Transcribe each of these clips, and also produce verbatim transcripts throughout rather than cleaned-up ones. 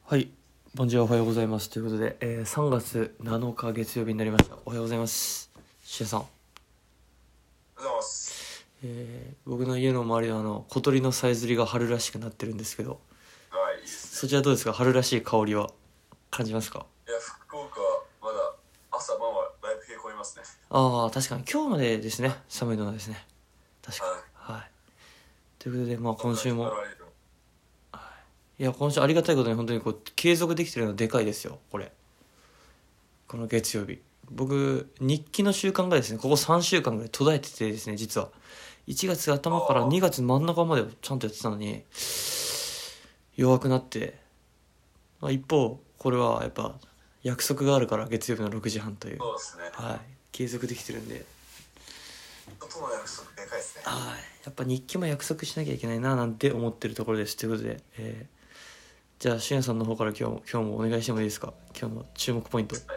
はい、ボンジュールおはようございますということで、えー、さんがつなのか月曜日になりました。おはようございます。シエさん、 おはようございます。 えー、僕の家の周りはあの小鳥のさえずりが春らしくなってるんですけど、 はい、いいですね。 そちらどうですか？春らしい香りは感じますか？ いや、福岡はまだ朝晩はだいぶ冷え込みますね。 ああ、確かに今日までですね、寒いのはですね。確かに。 はい。 はい。ということで、まあこんな今週も、 光られるの。 いや、今週ありがたいことに本当にこう継続できてるのはでかいですよ、これ。この月曜日。僕、日記の習慣がですね、ここさんしゅうかんぐらい途絶えててですね、実は。いちがつ頭からにがつ真ん中までちゃんとやってたのに、弱くなって、まあ、一方、これはやっぱ約束があるから月曜日のろくじはんという、 そうですね。 はい、継続できてるんで、 人との約束でかいですね。 はい、やっぱ日記も約束しなきゃいけないななんて思ってるところです。ということで、えー、じゃあ、しゅんやさんの方から今日も、今日もお願いしてもいいですか？今日の注目ポイント。 はい。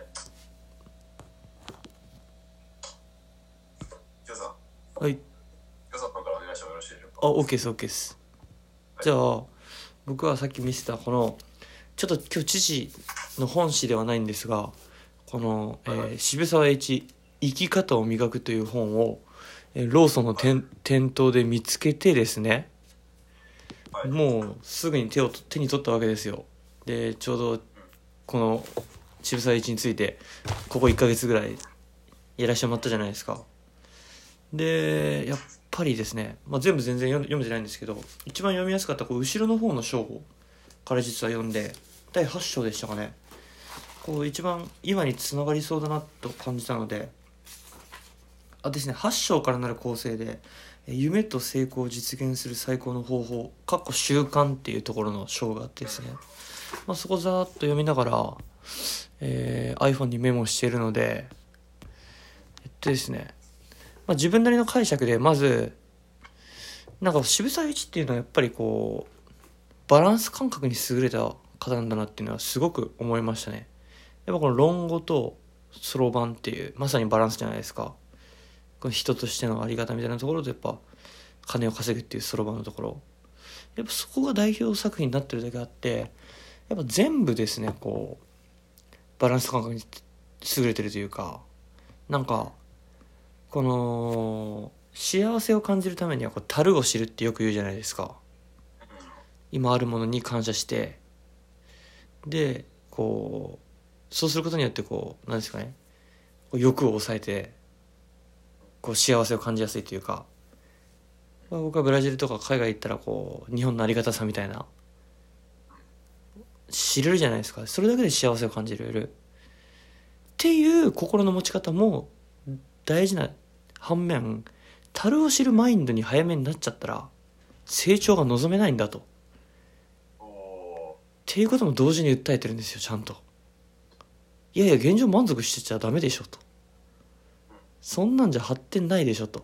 きょうさん、 はい。 きょうさんの方からお願いしてもよろしいでしょうあ、 か。 OK です、OK です。 はい。 じゃあ、僕はさっき見せたこの、ちょっと今日父の本誌ではないんですが、この、えー渋沢栄一生き方を磨くという本を、えーローソンの店店頭で見つけてですね、 はい。 もうすぐに手を手に取ったわけですよ。でちょうどこの渋沢栄一についてここいっかげつぐらいやらせてもらったじゃないですか。でやっぱりですね、まあ、全部全然読ん読めてないんですけど、一番読みやすかったこう後ろの方の章から実は読んで、だいはち章でしたかね。こう一番今につながりそうだなと感じたので、あですね、はち章からなる構成で夢と成功を実現する最高の方法かっこ習慣っていうところの章があってですね、まあ、そこざーっと読みながら、えー iPhone にメモしているので、えっとですね、まあ、自分なりの解釈でまずなんか渋沢栄一っていうのはやっぱりこうバランス感覚に優れた方なんだなっていうのはすごく思いましたね。やっぱこの論語とそろばんっていうまさにバランスじゃないですか。この人としてのあり方みたいなところとやっぱ金を稼ぐっていうそろばんのところ、やっぱそこが代表作品になってるだけあって、やっぱ全部ですねこうバランス感覚に優れてるというか、なんかこの幸せを感じるためにはこう樽を知るってよく言うじゃないですか。今あるものに感謝して、でこうそうすることによってこう何ですかね、こう欲を抑えてこう幸せを感じやすいというか、まあ僕はブラジルとか海外行ったらこう日本のありがたさみたいな知れるじゃないですか。それだけで幸せを感じれるっていう心の持ち方も大事な反面、樽を知るマインドに早めになっちゃったら成長が望めないんだと、っおおていうことも同時に訴えてるんですよ、ちゃんと。いやいや現状満足してちゃダメでしょと、そんなんじゃ発展ないでしょと。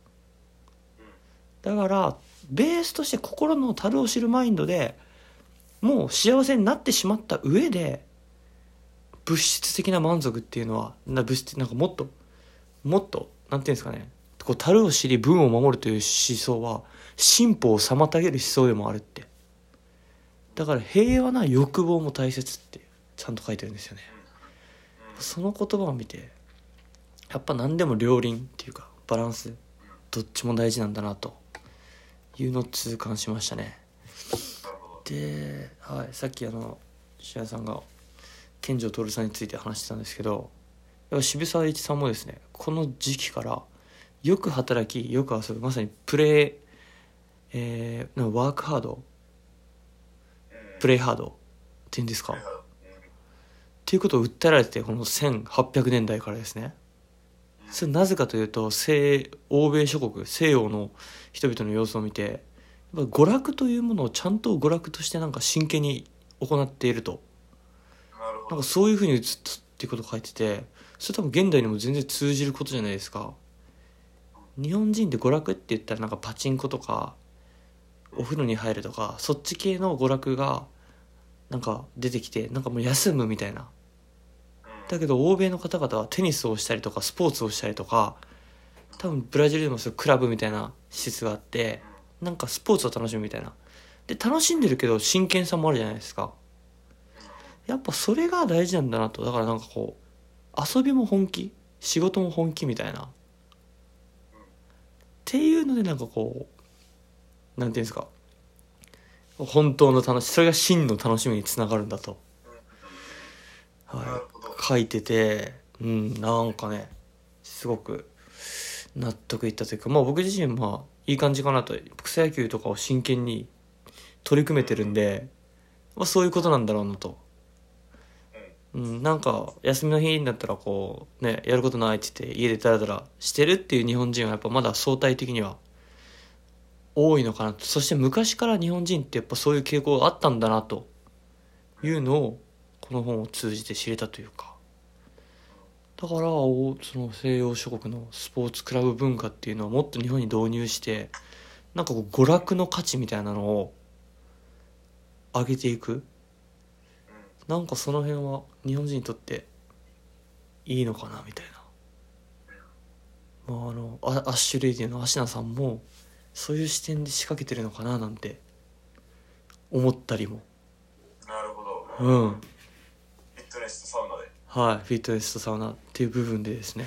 だからベースとして心の樽を知るマインドでもう幸せになってしまった上で、物質的な満足っていうのはな物質なんかもっともっとなんていうんですかね、こう樽を知り文を守るという思想は進歩を妨げる思想でもあるって。だから平和な欲望も大切ってちゃんと書いてるんですよね。その言葉を見てやっぱ何でも両輪っていうかバランスどっちも大事なんだなというのを痛感しましたね。で、はい、さっきあの石原さんが健城徹さんについて話してたんですけど、やっぱ渋沢栄一さんもですね、この時期からよく働きよく遊ぶ、まさにプレイ、えー、なんかワークハードプレイハードっていうんですか、っていうことを訴えられてて、このせんはっぴゃくねんだいからですね。それなぜかというと、西欧米諸国西洋の人々の様子を見て、やっぱ娯楽というものをちゃんと娯楽としてなんか真剣に行っていると、なんかそういうふうに映ったっていうことを書いてて、それ多分現代にも全然通じることじゃないですか。日本人って娯楽って言ったらなんかパチンコとかお風呂に入るとかそっち系の娯楽がなんか出てきて、なんかもう休むみたいな。だけど欧米の方々はテニスをしたりとかスポーツをしたりとか、多分ブラジルでもそういうクラブみたいな施設があって、なんかスポーツを楽しむみたいなで楽しんでるけど真剣さもあるじゃないですか。 やっぱそれが大事なんだなと。だからなんかこう遊びも本気、仕事も本気みたいなっていうので、なんかこうなんていうんですか、本当の楽し、それが真の楽しみにつながるんだと、はい、書いてて、うん、なんかねすごく納得いったというか、まあ僕自身まあいい感じかなと。草野球とかを真剣に取り組めてるんで、まあ、そういうことなんだろうなと。うん、なんか休みの日になったらこうね、やることないって言って家でダラダラしてるっていう日本人はやっぱまだ相対的には多いのかなと。そして昔から日本人ってやっぱそういう傾向があったんだなというのをこの本を通じて知れたというか、だからおその西洋諸国のスポーツクラブ文化っていうのをもっと日本に導入して、なんかこう娯楽の価値みたいなのを上げていく、なんかその辺は日本人にとっていいのかなみたいな、まあ、あのアアッシュレイディの芦名さんもそういう視点で仕掛けてるのかななんて思ったりも。 なるほど。 うん。 フィットネスとサウナで。 はい、フィットネスとサウナっていう部分でですね、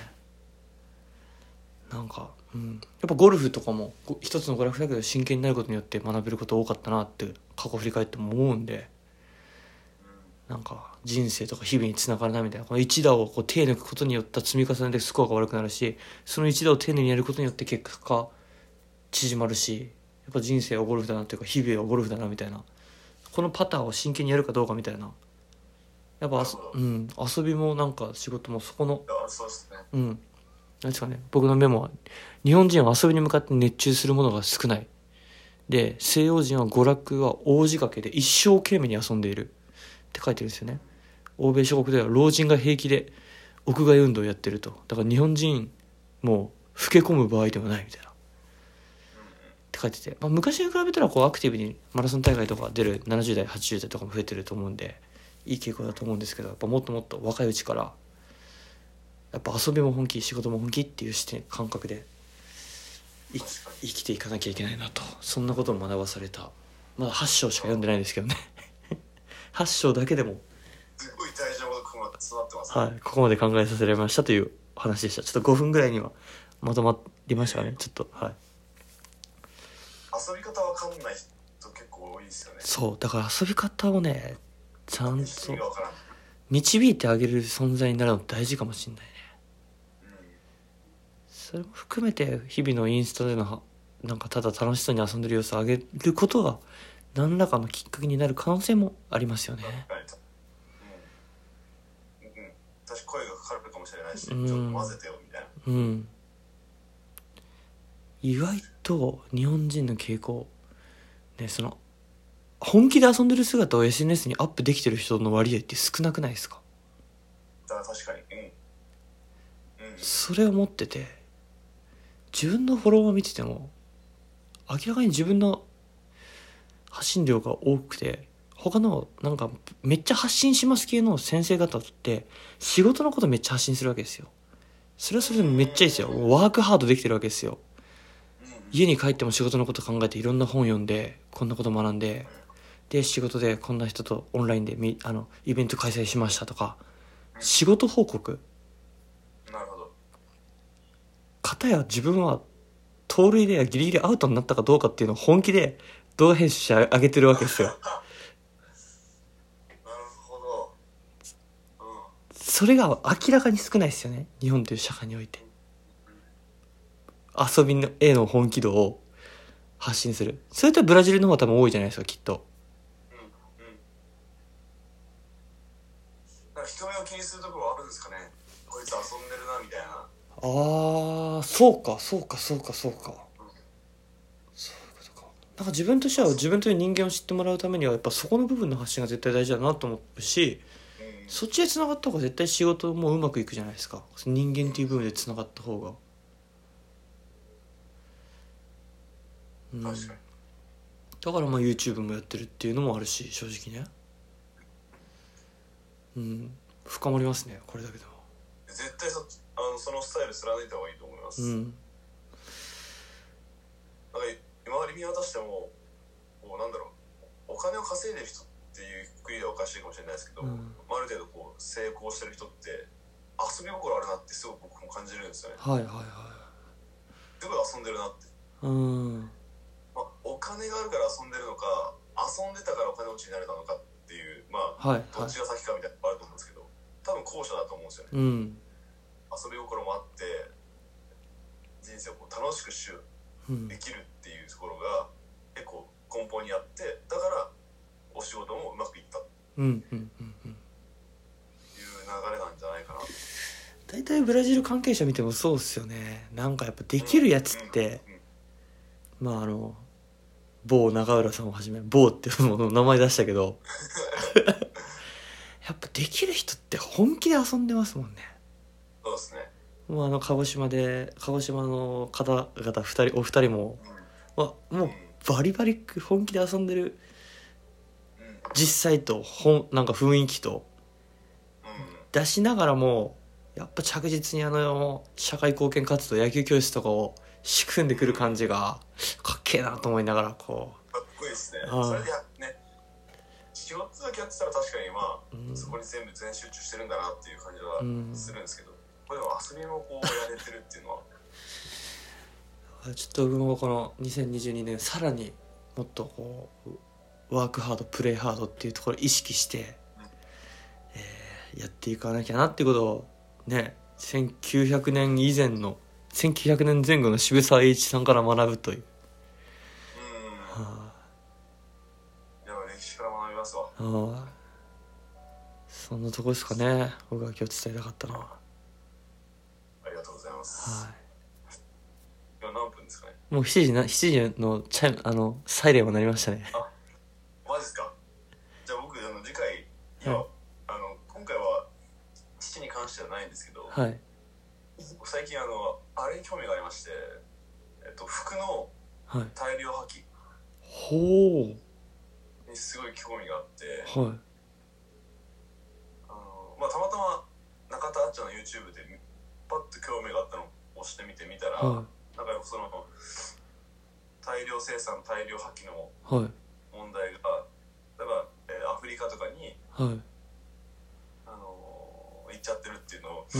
なんか、うん、やっぱゴルフとかも一つの娯楽だけど真剣になることによって学べること多かったなって過去振り返っても思うんで、なんか人生とか日々につながるなみたいな、この一打をこう手抜くことによった積み重ねでスコアが悪くなるし、その一打を丁寧にやることによって結果が縮まるし、やっぱ人生はゴルフだなっていうか日々はゴルフだなみたいな、このパターンを真剣にやるかどうかみたいな、やっぱ、うん、遊びもなんか仕事もそこの、 そうですね、 うん、なんですかね、僕のメモは日本人は遊びに向かって熱中するものが少ないで、西洋人は娯楽は大仕掛けで一生懸命に遊んでいるって書いてるんですよね。欧米諸国では老人が平気で屋外運動をやってると。だから日本人もう老け込む場合ではないみたいなって書いてて、まあ、昔に比べたらこうアクティブにマラソン大会とか出るななじゅう代はちじゅう代とかも増えてると思うんでいい傾向だと思うんですけど、やっぱもっともっと若いうちからやっぱ遊びも本気仕事も本気っていう視点感覚で生き、生きていかなきゃいけないなと、そんなことを学ばされた。まだはち章しか読んでないんですけどねはち章だけでもすごい大事なことが詰まってますね。 はい、ここまで考えさせられましたという話でした。ちょっとごふんぐらいにはまとまりましたかね。ちょっとはい。 遊び方わかんない人結構多いですよね。 そうだから遊び方をねちゃんと意味がわからん。 導いてあげる存在になるの大事かもしれないね。それも含めて日々のインスタでのなんかただ楽しそうに遊んでる様子を上げることが何らかのきっかけになる可能性もありますよね。 うん、うん、私声がかかるかもしれないし、 うん、 ちょっと混ぜてよみたいな。 うん。意外と日本人の傾向ね、その本気で遊んでる姿を エスエヌエス にアップできてる人の割合って少なくないですか？ だから確かに、うん、うん、 それを持ってて自分のフォロワーを見てても明らかに自分の発信量が多くて、他のなんかめっちゃ発信します系の先生方って仕事のことめっちゃ発信するわけですよ。それはそれでめっちゃいいですよ。ワークハードできてるわけですよ。家に帰っても仕事のこと考えていろんな本読んでこんなこと学んで、で仕事でこんな人とオンラインでみあのイベント開催しましたとか仕事報告。 なるほど。 片や自分は盗塁でギリギリアウトになったかどうかっていうのを本気で動画編集してあげてるわけですよ。 なるほど、うん、 それが明らかに少ないですよね、日本という社会において。遊びのへの本気度を発信する。それとブラジルの方が多分多いじゃないですか、きっと。 うんうん。なんか人目を気にするところはあるんですかね。こいつ遊んでるなみたいな。 ああ、そうかそうかそうかそうか、うん、そういうことか。なんか自分としては自分という人間を知ってもらうためにはやっぱそこの部分の発信が絶対大事だなと思うし、うん、そっちで繋がった方が絶対仕事もうまくいくじゃないですか。人間っていう部分で繋がった方が、うん、確かに。だからまあ YouTube もやってるっていうのもあるし、正直ね、うん、深まりますね、これだけでも。 絶対 そ, あのそのスタイル貫いた方がいいと思います。うん、なんか今まで見渡してもこうなんだろう、お金を稼いでる人っていうくくりではかしてるかもしれないですけど、 うん、 ある程度こう成功してる人って遊び心あるなってすごく僕も感じるんですよね。 はいはいはい。 すごい遊んでるなって、 うん、 まあ、お金があるから遊んでるのか遊んでたからお金持ちになれたのかっていう、まあ、 はいはい、 どっちが先かみたいなのがあると思うんですけど、多分後者だと思うんですよね。 うん、 遊び心もあって人生をこう楽しくしできるっていうところが結構根本にあって、だからお仕事もうまくいったってうんうんうんうん、 いう流れなんじゃないかな。 大体ブラジル関係者見てもそうっすよね。なんかやっぱできるやつって、うんうんうん、まああの某永浦さんをはじめ某っていうもの名前出したけどやっぱできる人って本気で遊んでますもんね。 そうですね。 もうあの鹿児島で鹿児島の方々ふたりお二人も、うん、もうバリバリ本気で遊んでる、うん、実際と本なんか雰囲気と、うん、出しながらもやっぱ着実にあの社会貢献活動野球教室とかを仕組んでくる感じがかっけえなと思いながらこうかっこいいですね。それでね仕事だけやってたら確かにまあ、うん、そこに全部全集中してるんだなっていう感じはするんですけど、うん、これでも遊びもこうやれてるっていうのはちょっと僕もこのにせんにじゅうにねんさらにもっとこうワークハードプレイハードっていうところを意識して、うんえー、やっていかなきゃなっていうことをねせんきゅうひゃくねん以前のせんきゅうひゃくねんぜん後の渋沢栄一さんから学ぶという、 うん、はあ、いや歴史から学びますわ。 あそんなとこですかね、僕が今日伝えたかったのは。 ありがとうございます。はい。今何分ですかね。 もうしちじなしちじのチャイムあのサイレンは鳴りましたね。 あ、マジですか。じゃあ僕あの次回今、はい、あの今回は父に関してはないんですけど、 はい。 最近あのあれに興味がありまして、えっと服の大量破棄。 ほう。 にすごい興味があって。 はい。 まあ、たまたま中田あっちゃんの YouTube でパッと興味があったのを押してみてみたら、はい、なんかその大量生産大量破棄の問題が、はい、例えば、えー、アフリカとかに、はいあのー、行っちゃってるっていうのを、うん、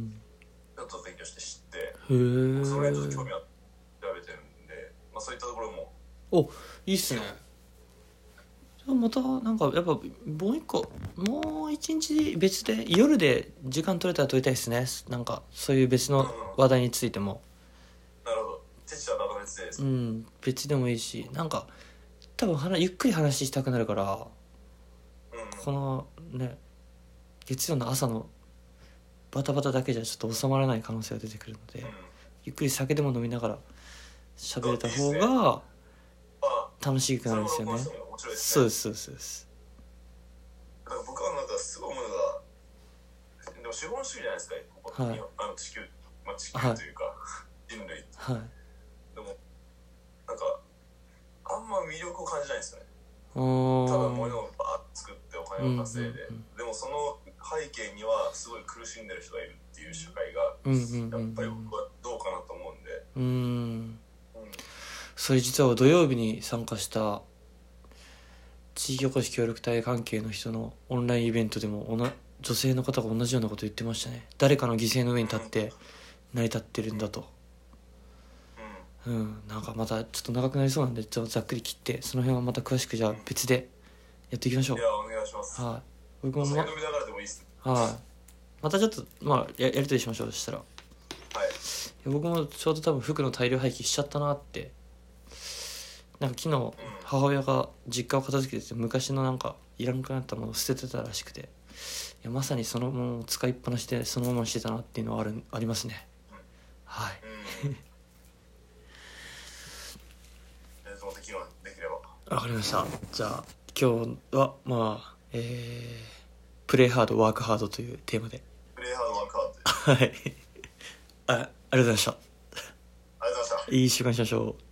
ちょっと勉強して知って、へーそれにちょっと興味が調べてるんで、まあ、そういったところもおいいっすね。またなんかやっぱもう一個もう一日別で夜で時間取れたら取りたいですね。なんかそういう別の話題についても、 うん、なるほど。父はまた別でですうん、別でもいいし、なんか多分話ゆっくり話したくなるから、うん、このね月曜の朝のバタバタだけじゃちょっと収まらない可能性が出てくるので、うん、ゆっくり酒でも飲みながら喋れた方が楽しくなるんですよね。そうですそうですそうです。 僕はなんかすごい思うのが、でも資本主義じゃないですか、ここ、はい、あの地球、まあ、地球というか、はい、人類って、はい、でもなんかあんま魅力を感じないんですよね。ただ物をバーッと作ってお金を稼いで、うんうんうん、でもその背景にはすごい苦しんでる人がいるっていう社会が、うんうんうんうん、やっぱり僕はどうかなと思うんで、うん、 うん、それ実は土曜日に参加した地域おこし協力隊関係の人のオンラインイベントでもおな女性の方が同じようなこと言ってましたね。誰かの犠牲の上に立って成り立ってるんだと、うん、うん、なんかまたちょっと長くなりそうなんでちょっとざっくり切って、その辺はまた詳しくじゃあ別でやっていきましょう。 いやお願いします。はい、僕も、ま、飲みながらでもいいっす。 はい、またちょっとまあ や, やり取りしましょう。そしたら、はい、いや僕もちょうど多分服の大量廃棄しちゃったなって。なんか昨日母親が実家を片付けてて昔のなんかいらんくなったものを捨ててたらしくて、いやまさにそのものを使いっぱなしでそのままにしてたなっていうのはあるありますね。はい。わかりました。じゃあ今日はまあ、えー、プレイハードワークハードというテーマで。 プレイハードワークハード。 はい。あ、ありがとうございました。 ありがとうございました。 いい週間にしましょう。